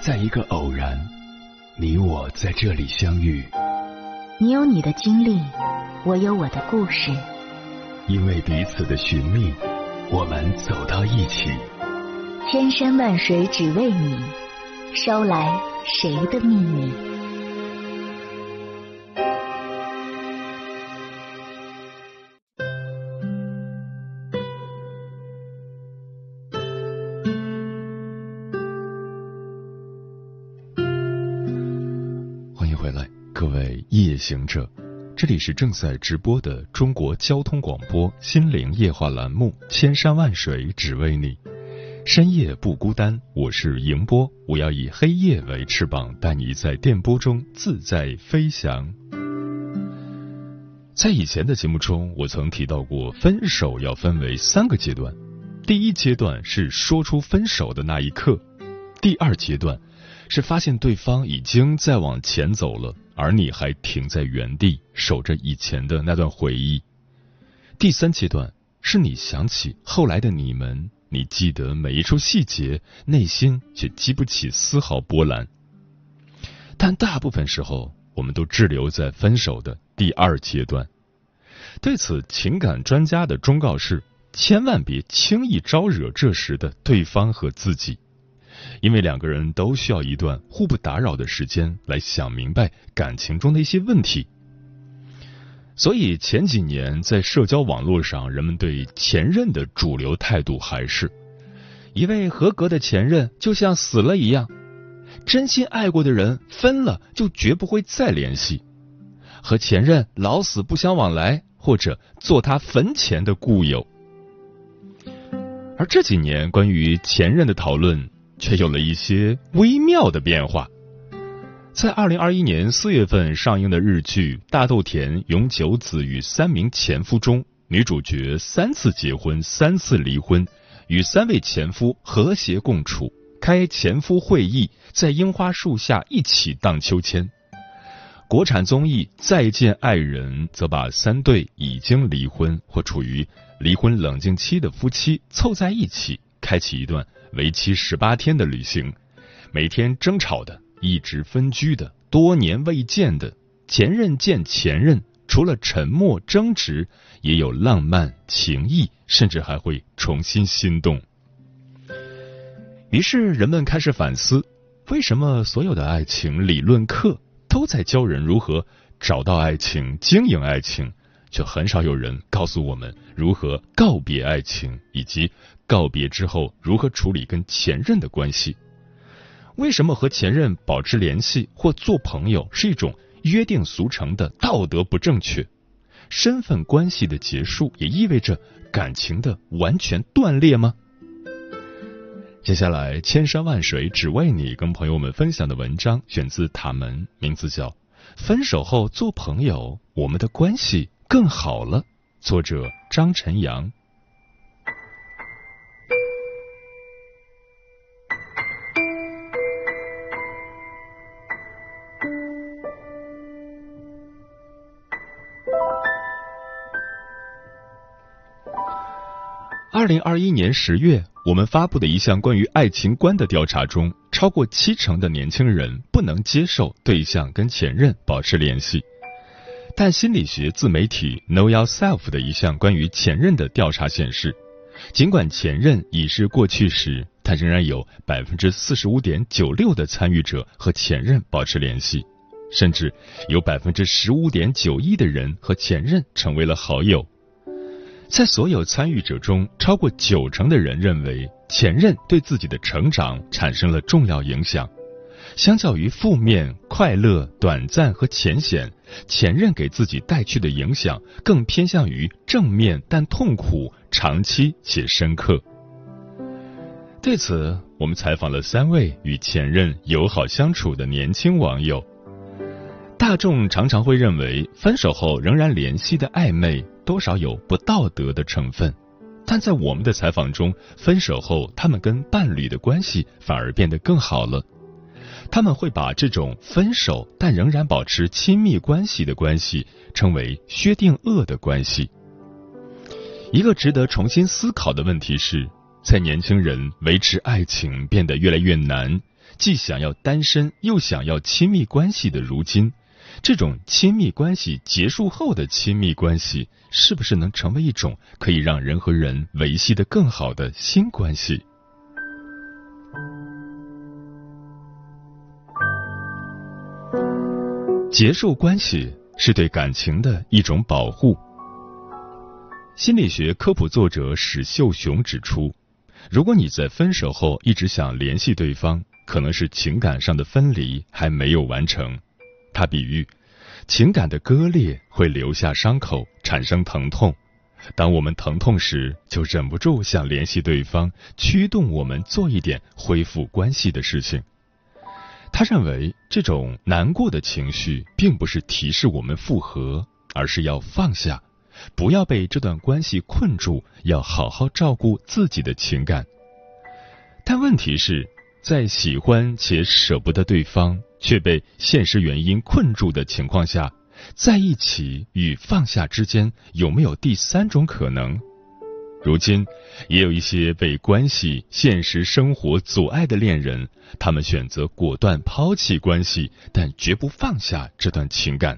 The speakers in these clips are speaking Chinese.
在一个偶然，你我在这里相遇。 你有你的经历，我有我的故事。 因为彼此的寻觅，我们走到一起。 千山万水只为你，捎来谁的秘密？ 欢迎回来，各位夜行者，这里是正在直播的中国交通广播心灵夜话栏目《千山万水只为你》，深夜不孤单，我是迎波，我要以黑夜为翅膀，带你在电波中自在飞翔。在以前的节目中，我曾提到过，分手要分为3个阶段。第一阶段是说出分手的那一刻，第二阶段是发现对方已经在往前走了，而你还停在原地，守着以前的那段回忆。第三阶段是你想起后来的你们，你记得每一处细节，内心却激不起丝毫波澜。但大部分时候，我们都滞留在分手的第二阶段。对此，情感专家的忠告是：千万别轻易招惹这时的对方和自己。因为两个人都需要一段互不打扰的时间来想明白感情中的一些问题。所以前几年在社交网络上，人们对前任的主流态度还是：一位合格的前任就像死了一样，真心爱过的人分了就绝不会再联系，和前任老死不相往来，或者做他坟前的故友。而这几年关于前任的讨论却有了一些微妙的变化。在2021年4月份上映的日剧《大豆田永久子与3名前夫》中，女主角3次结婚3次离婚，与3位前夫和谐共处，开前夫会议，在樱花树下一起荡秋千。国产综艺《再见爱人》则把3对已经离婚或处于离婚冷静期的夫妻凑在一起，开启一段为期18天的旅行，每天争吵的，一直分居的，多年未见的，前任见前任，除了沉默争执，也有浪漫情谊，甚至还会重新心动。于是人们开始反思，为什么所有的爱情理论课都在教人如何找到爱情、经营爱情，却很少有人告诉我们如何告别爱情，以及告别之后如何处理跟前任的关系。为什么和前任保持联系或做朋友是一种约定俗成的道德不正确？身份关系的结束也意味着感情的完全断裂吗？接下来千山万水只为你跟朋友们分享的文章选自塔门，名字叫《分手后做朋友，我们的关系更好了》，作者张晨阳。2021年10月，我们发布的一项关于爱情观的调查中，超过70%的年轻人不能接受对象跟前任保持联系。但心理学自媒体 Know Yourself 的一项关于前任的调查显示，尽管前任已是过去时，但仍然有 45.96% 的参与者和前任保持联系，甚至有 15.91% 的人和前任成为了好友。在所有参与者中，超过90%的人认为前任对自己的成长产生了重要影响。相较于负面、快乐、短暂和浅显，前任给自己带去的影响更偏向于正面但痛苦、长期且深刻。对此，我们采访了3位与前任友好相处的年轻网友。大众常常会认为分手后仍然联系的暧昧多少有不道德的成分，但在我们的采访中，分手后他们跟伴侣的关系反而变得更好了。他们会把这种分手但仍然保持亲密关系的关系称为薛定谔的关系。一个值得重新思考的问题是，在年轻人维持爱情变得越来越难， 既想要单身又想要亲密关系的如今，这种亲密关系结束后的亲密关系，是不是能成为一种可以让人和人维系得更好的新关系？结束关系是对感情的一种保护。心理学科普作者史秀雄指出，如果你在分手后一直想联系对方，可能是情感上的分离还没有完成。他比喻，情感的割裂会留下伤口，产生疼痛。当我们疼痛时，就忍不住想联系对方，驱动我们做一点恢复关系的事情。他认为，这种难过的情绪并不是提示我们复合，而是要放下，不要被这段关系困住，要好好照顾自己的情感。但问题是，在喜欢且舍不得对方，却被现实原因困住的情况下，在一起与放下之间有没有第三种可能？如今也有一些被关系、现实生活阻碍的恋人，他们选择果断抛弃关系，但绝不放下这段情感。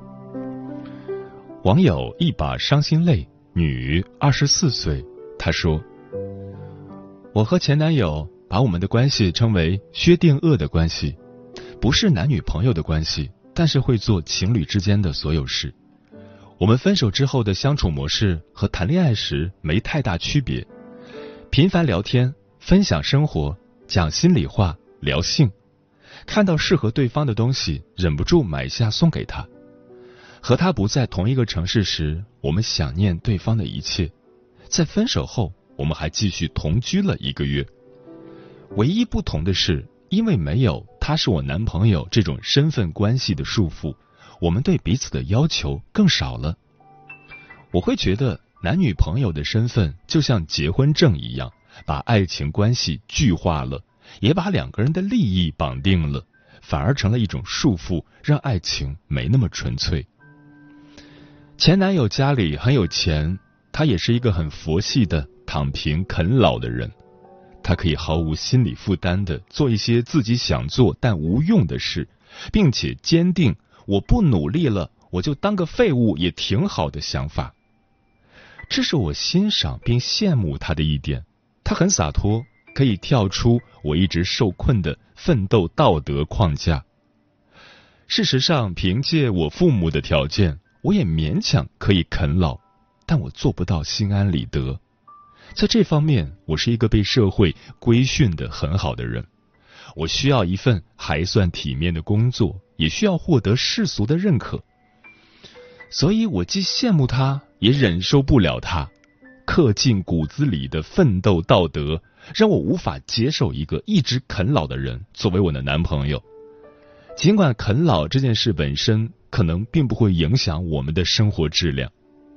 网友一把伤心泪，女24岁，她说：我和前男友把我们的关系称为薛定谔的关系，不是男女朋友的关系，但是会做情侣之间的所有事。我们分手之后的相处模式和谈恋爱时没太大区别，频繁聊天，分享生活，讲心里话，聊性，看到适合对方的东西，忍不住买下送给他。和他不在同一个城市时，我们想念对方的一切。在分手后，我们还继续同居了1个月。唯一不同的是，因为没有他是我男朋友这种身份关系的束缚，我们对彼此的要求更少了。我会觉得男女朋友的身份就像结婚证一样，把爱情关系具化了，也把2个人的利益绑定了，反而成了一种束缚，让爱情没那么纯粹。前男友家里很有钱，他也是一个很佛系的躺平啃老的人，他可以毫无心理负担地做一些自己想做但无用的事，并且坚定我不努力了，我就当个废物也挺好的想法。这是我欣赏并羡慕他的一点，他很洒脱，可以跳出我一直受困的奋斗道德框架。事实上，凭借我父母的条件，我也勉强可以啃老，但我做不到心安理得。在这方面，我是一个被社会规训得很好的人。我需要一份还算体面的工作，也需要获得世俗的认可。所以我既羡慕他，也忍受不了他。刻进骨子里的奋斗道德，让我无法接受一个一直啃老的人作为我的男朋友。尽管啃老这件事本身可能并不会影响我们的生活质量。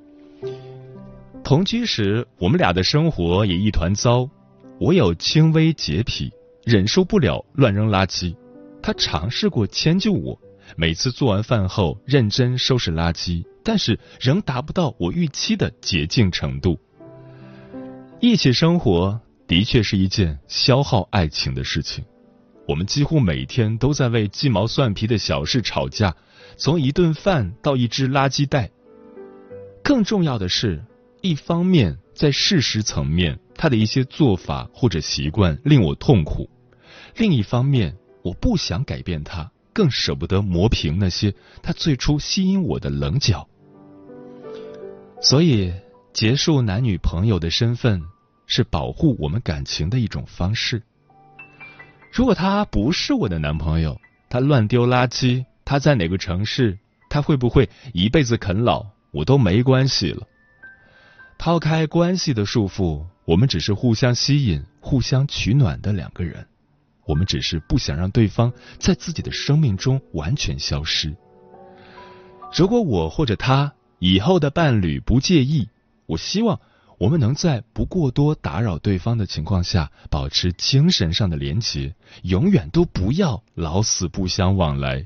同居时，我们俩的生活也一团糟。我有轻微洁癖，忍受不了乱扔垃圾。他尝试过迁就我，每次做完饭后认真收拾垃圾，但是仍达不到我预期的洁净程度。一起生活的确是一件消耗爱情的事情，我们几乎每天都在为鸡毛蒜皮的小事吵架，从一顿饭到一只垃圾袋。更重要的是，一方面在事实层面，他的一些做法或者习惯令我痛苦；另一方面，我不想改变他，更舍不得磨平那些他最初吸引我的棱角。所以，结束男女朋友的身份是保护我们感情的一种方式。如果他不是我的男朋友，他乱丢垃圾，他在哪个城市，他会不会一辈子啃老，我都没关系了。抛开关系的束缚，我们只是互相吸引、互相取暖的2个人。我们只是不想让对方在自己的生命中完全消失。如果我或者他以后的伴侣不介意，我希望我们能在不过多打扰对方的情况下，保持精神上的连结，永远都不要老死不相往来。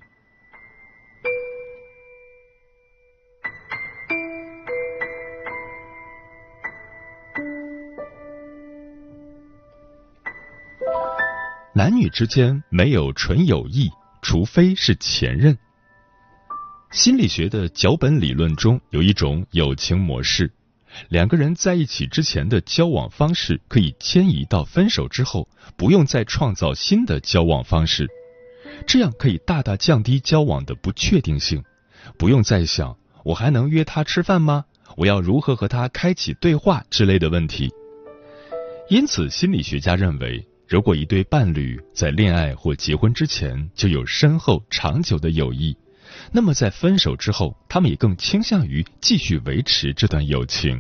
男女之间没有纯友谊，除非是前任。心理学的脚本理论中有一种友情模式，两个人在一起之前的交往方式可以迁移到分手之后，不用再创造新的交往方式，这样可以大大降低交往的不确定性，不用再想我还能约他吃饭吗？我要如何和他开启对话之类的问题。因此，心理学家认为，如果一对伴侣在恋爱或结婚之前就有深厚长久的友谊，那么在分手之后，他们也更倾向于继续维持这段友情。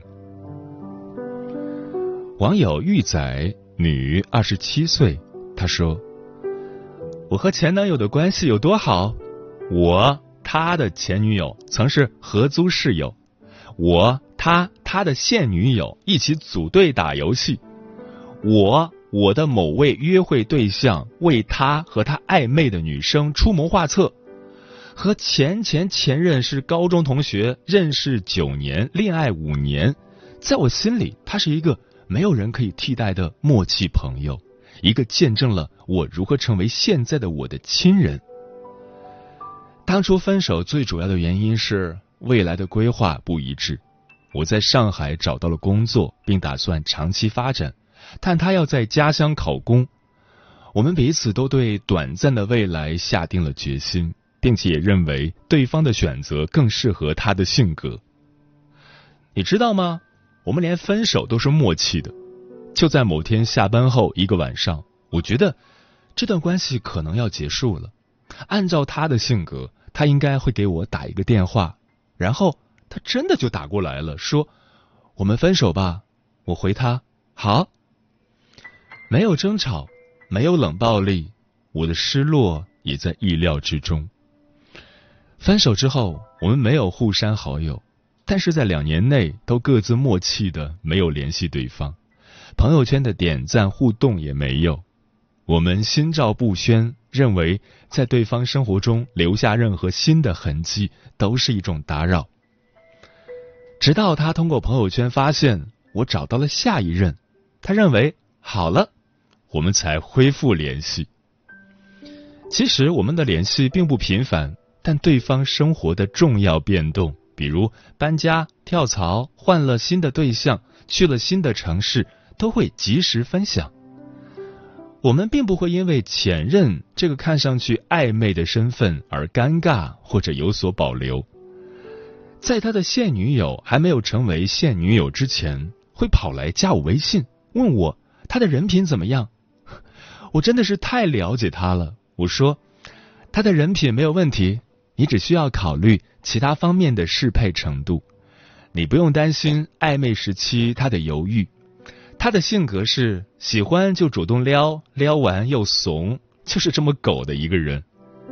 网友玉仔，女，27岁，她说：我和前男友的关系有多好？他的前女友曾是合租室友，他的现女友一起组队打游戏，我的某位约会对象为他和他暧昧的女生出谋划策，和前任是高中同学，认识9年，恋爱5年，在我心里，他是一个没有人可以替代的默契朋友，一个见证了我如何成为现在的我的亲人。当初分手最主要的原因是未来的规划不一致，我在上海找到了工作，并打算长期发展，但他要在家乡考公。我们彼此都对短暂的未来下定了决心，并且也认为对方的选择更适合他的性格。你知道吗？我们连分手都是默契的。就在某天下班后一个晚上，我觉得这段关系可能要结束了。按照他的性格，他应该会给我打一个电话，然后他真的就打过来了，说我们分手吧。我回他好。没有争吵，没有冷暴力，我的失落也在意料之中。分手之后，我们没有互删好友，但是在2年内都各自默契的没有联系对方，朋友圈的点赞互动也没有。我们心照不宣，认为在对方生活中留下任何新的痕迹都是一种打扰。直到他通过朋友圈发现我找到了下一任，他认为好了，我们才恢复联系。其实我们的联系并不频繁，但对方生活的重要变动，比如搬家、跳槽、换了新的对象、去了新的城市，都会及时分享。我们并不会因为前任这个看上去暧昧的身份而尴尬或者有所保留。在他的现女友还没有成为现女友之前，会跑来加我微信，问我他的人品怎么样。我真的是太了解他了，我说他的人品没有问题，你只需要考虑其他方面的适配程度，你不用担心暧昧时期他的犹豫。他的性格是喜欢就主动撩，撩完又怂，就是这么狗的一个人。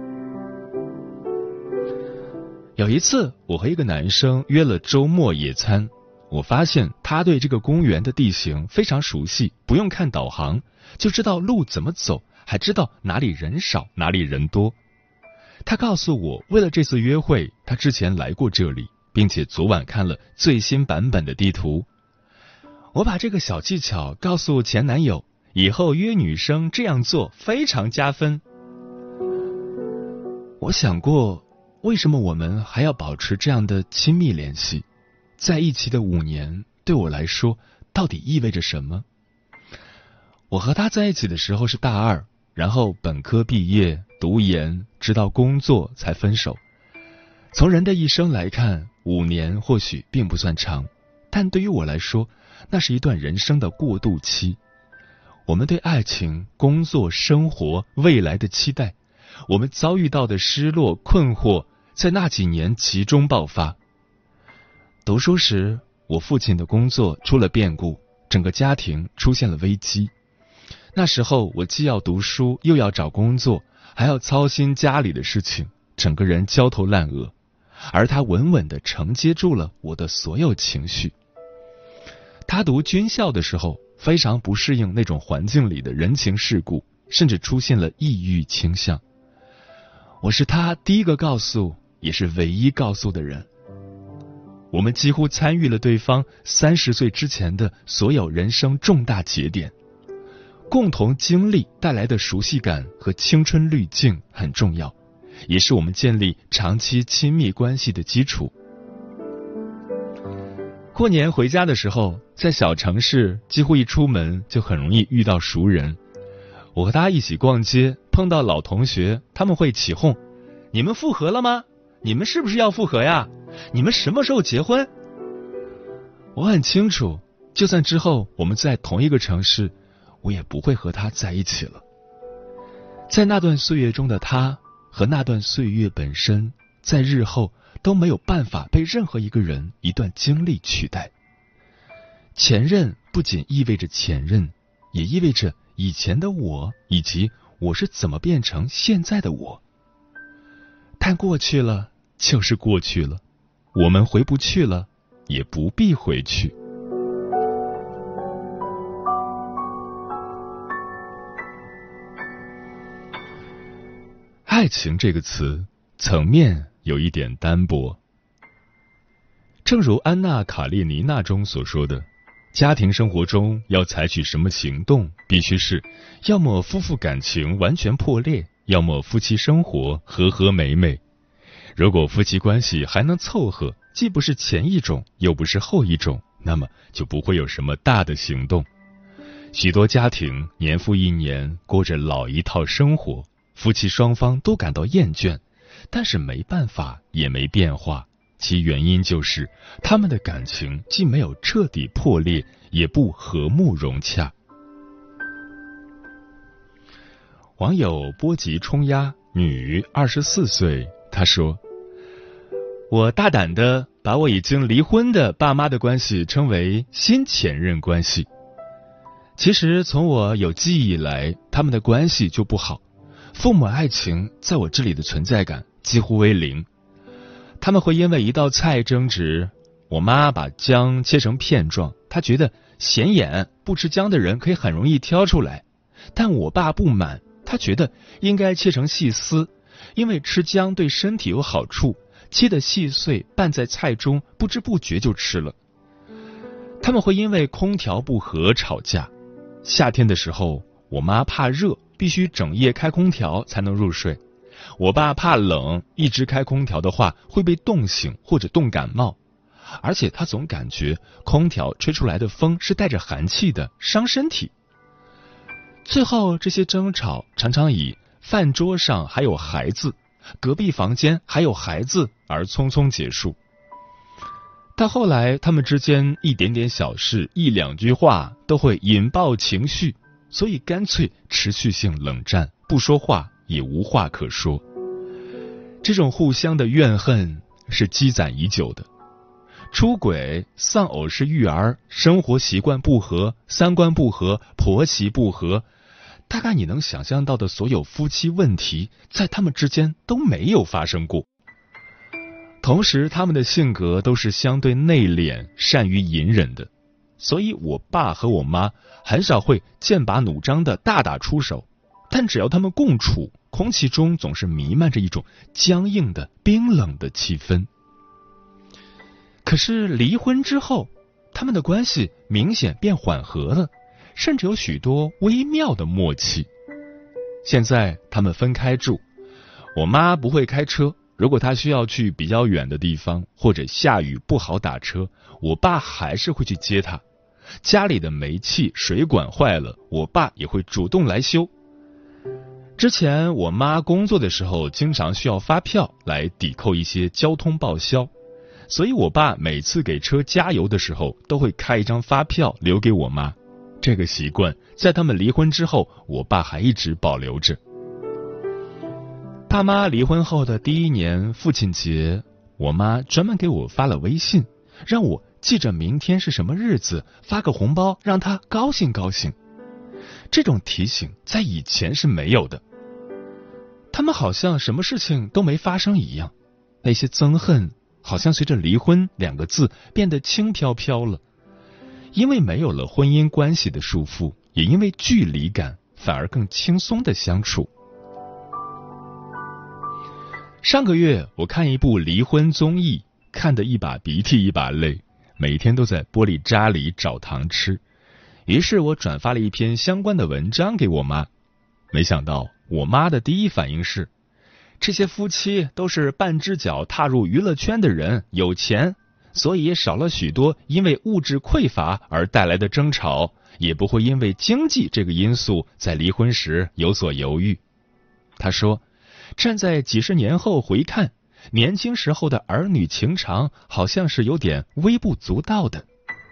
有一次，我和一个男生约了周末野餐，我发现他对这个公园的地形非常熟悉，不用看导航就知道路怎么走，还知道哪里人少，哪里人多。他告诉我，为了这次约会，他之前来过这里，并且昨晚看了最新版本的地图。我把这个小技巧告诉前男友，以后约女生这样做非常加分。我想过，为什么我们还要保持这样的亲密联系？在一起的5年，对我来说，到底意味着什么？我和他在一起的时候是大2，然后本科毕业，读研，直到工作才分手。从人的一生来看，5年或许并不算长，但对于我来说，那是一段人生的过渡期。我们对爱情、工作、生活、未来的期待，我们遭遇到的失落、困惑，在那几年集中爆发。读书时，我父亲的工作出了变故，整个家庭出现了危机。那时候我既要读书，又要找工作，还要操心家里的事情，整个人焦头烂额。而他稳稳地承接住了我的所有情绪。他读军校的时候，非常不适应那种环境里的人情世故，甚至出现了抑郁倾向。我是他第一个告诉，也是唯一告诉的人。我们几乎参与了对方30岁之前的所有人生重大节点。 共同经历带来的熟悉感和青春滤镜很重要，也是我们建立长期亲密关系的基础。过年回家的时候，在小城市几乎一出门就很容易遇到熟人。我和他一起逛街，碰到老同学，他们会起哄：你们复合了吗？你们是不是要复合呀？你们什么时候结婚？我很清楚，就算之后我们在同一个城市，我也不会和他在一起了。在那段岁月中的他和那段岁月本身，在日后都没有办法被任何一个人一段经历取代。前任不仅意味着前任，也意味着以前的我，以及我是怎么变成现在的我。但过去了就是过去了，我们回不去了，也不必回去。爱情这个词层面有一点单薄，正如安娜·卡列尼娜中所说的，家庭生活中要采取什么行动，必须是要么夫妇感情完全破裂，要么夫妻生活和和美美。如果夫妻关系还能凑合，既不是前一种又不是后一种，那么就不会有什么大的行动。许多家庭年复一年过着老一套生活，夫妻双方都感到厌倦，但是没办法也没变化，其原因就是他们的感情既没有彻底破裂，也不和睦融洽。网友波吉冲鸭女24岁，她说：我大胆地把我已经离婚的爸妈的关系称为新前任关系。其实从我有记忆以来，他们的关系就不好，父母爱情在我这里的存在感几乎为零。他们会因为一道菜争执，我妈把姜切成片状，她觉得显眼，不吃姜的人可以很容易挑出来，但我爸不满，他觉得应该切成细丝，因为吃姜对身体有好处，切得细碎拌在菜中，不知不觉就吃了。他们会因为空调不合吵架，夏天的时候我妈怕热，必须整夜开空调才能入睡，我爸怕冷，一直开空调的话会被冻醒或者冻感冒，而且他总感觉空调吹出来的风是带着寒气的，伤身体。最后这些争吵常常以饭桌上还有孩子，隔壁房间还有孩子而匆匆结束。到后来他们之间一点点小事，一两句话都会引爆情绪，所以干脆持续性冷战，不说话也无话可说。这种互相的怨恨是积攒已久的。出轨、丧偶式育儿、生活习惯不合、三观不合、婆媳不和，大概你能想象到的所有夫妻问题，在他们之间都没有发生过。同时他们的性格都是相对内敛，善于隐忍的，所以我爸和我妈很少会剑拔弩张的大打出手，但只要他们共处，空气中总是弥漫着一种僵硬的冰冷的气氛。可是离婚之后，他们的关系明显变缓和了，甚至有许多微妙的默契。现在他们分开住，我妈不会开车，如果她需要去比较远的地方，或者下雨不好打车，我爸还是会去接她。家里的煤气水管坏了，我爸也会主动来修。之前我妈工作的时候经常需要发票来抵扣一些交通报销，所以我爸每次给车加油的时候都会开一张发票留给我妈。这个习惯在他们离婚之后，我爸还一直保留着。爸妈离婚后的第一年父亲节，我妈专门给我发了微信，让我记着明天是什么日子，发个红包让她高兴高兴。这种提醒在以前是没有的。他们好像什么事情都没发生一样，那些憎恨好像随着离婚2个字变得轻飘飘了。因为没有了婚姻关系的束缚，也因为距离感，反而更轻松的相处。上个月我看一部离婚综艺，看得一把鼻涕一把泪，每天都在玻璃渣里找糖吃。 于是我转发了一篇相关的文章给我妈，没想到我妈的第一反应是，这些夫妻都是半只脚踏入娱乐圈的人，有钱，所以少了许多因为物质匮乏而带来的争吵，也不会因为经济这个因素在离婚时有所犹豫。她说，站在几十年后回看，年轻时候的儿女情长好像是有点微不足道的。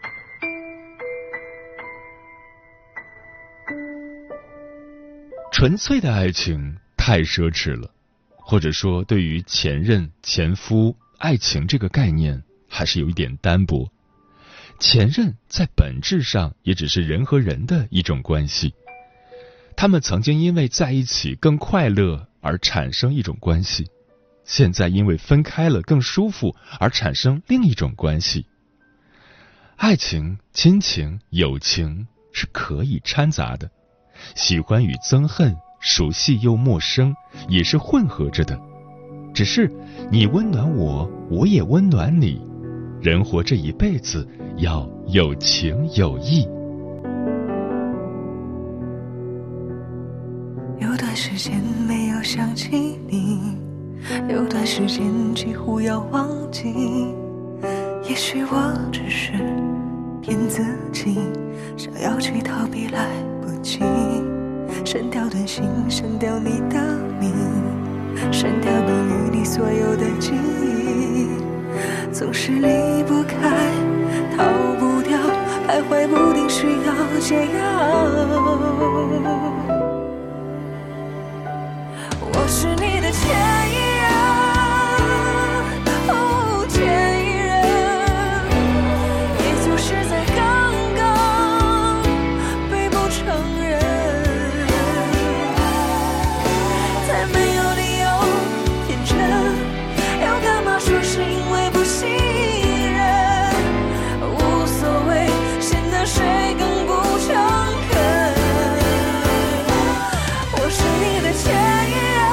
纯粹的爱情太奢侈了，或者说对于前任、前夫、爱情这个概念还是有一点单薄。前任在本质上也只是人和人的一种关系，他们曾经因为在一起更快乐而产生一种关系，现在因为分开了更舒服而产生另一种关系。爱情、亲情、友情是可以掺杂的，喜欢与憎恨，熟悉又陌生，也是混合着的。只是你温暖我，我也温暖你。人活这一辈子，要有情有义。 有段时间没有想起你，有段时间几乎要忘记。也许我只是骗自己，想要去逃避来不及。删掉短信，删掉你的名，删掉关于你所有的记忆，总是离不开，逃不掉，徘徊不定，需要解药。我是你的前一任，哦，前一任，也就是在刚刚被不承认，才没有理由天真，要干嘛说是因为不信任，无所谓，显得谁更不诚恳。我是你的前一任，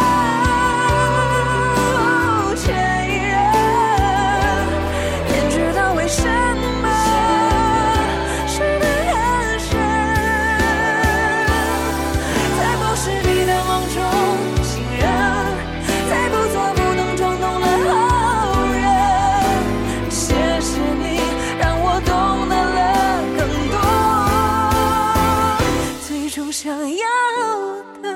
想要的。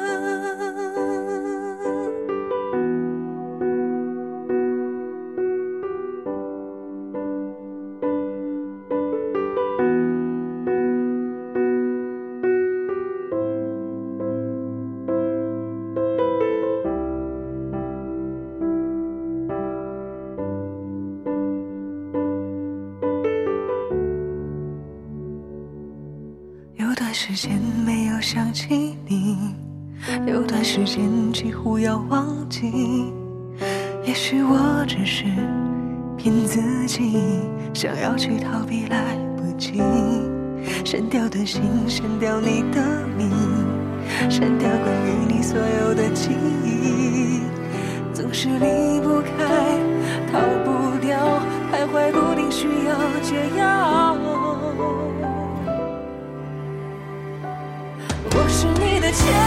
有段时间没有想起你，有段时间几乎要忘记。也许我只是骗自己，想要去逃避来不及。删掉短信，删掉你的名，删掉关于你所有的记忆，总是离不开，逃不掉，徘徊不定，需要解药。我是你的前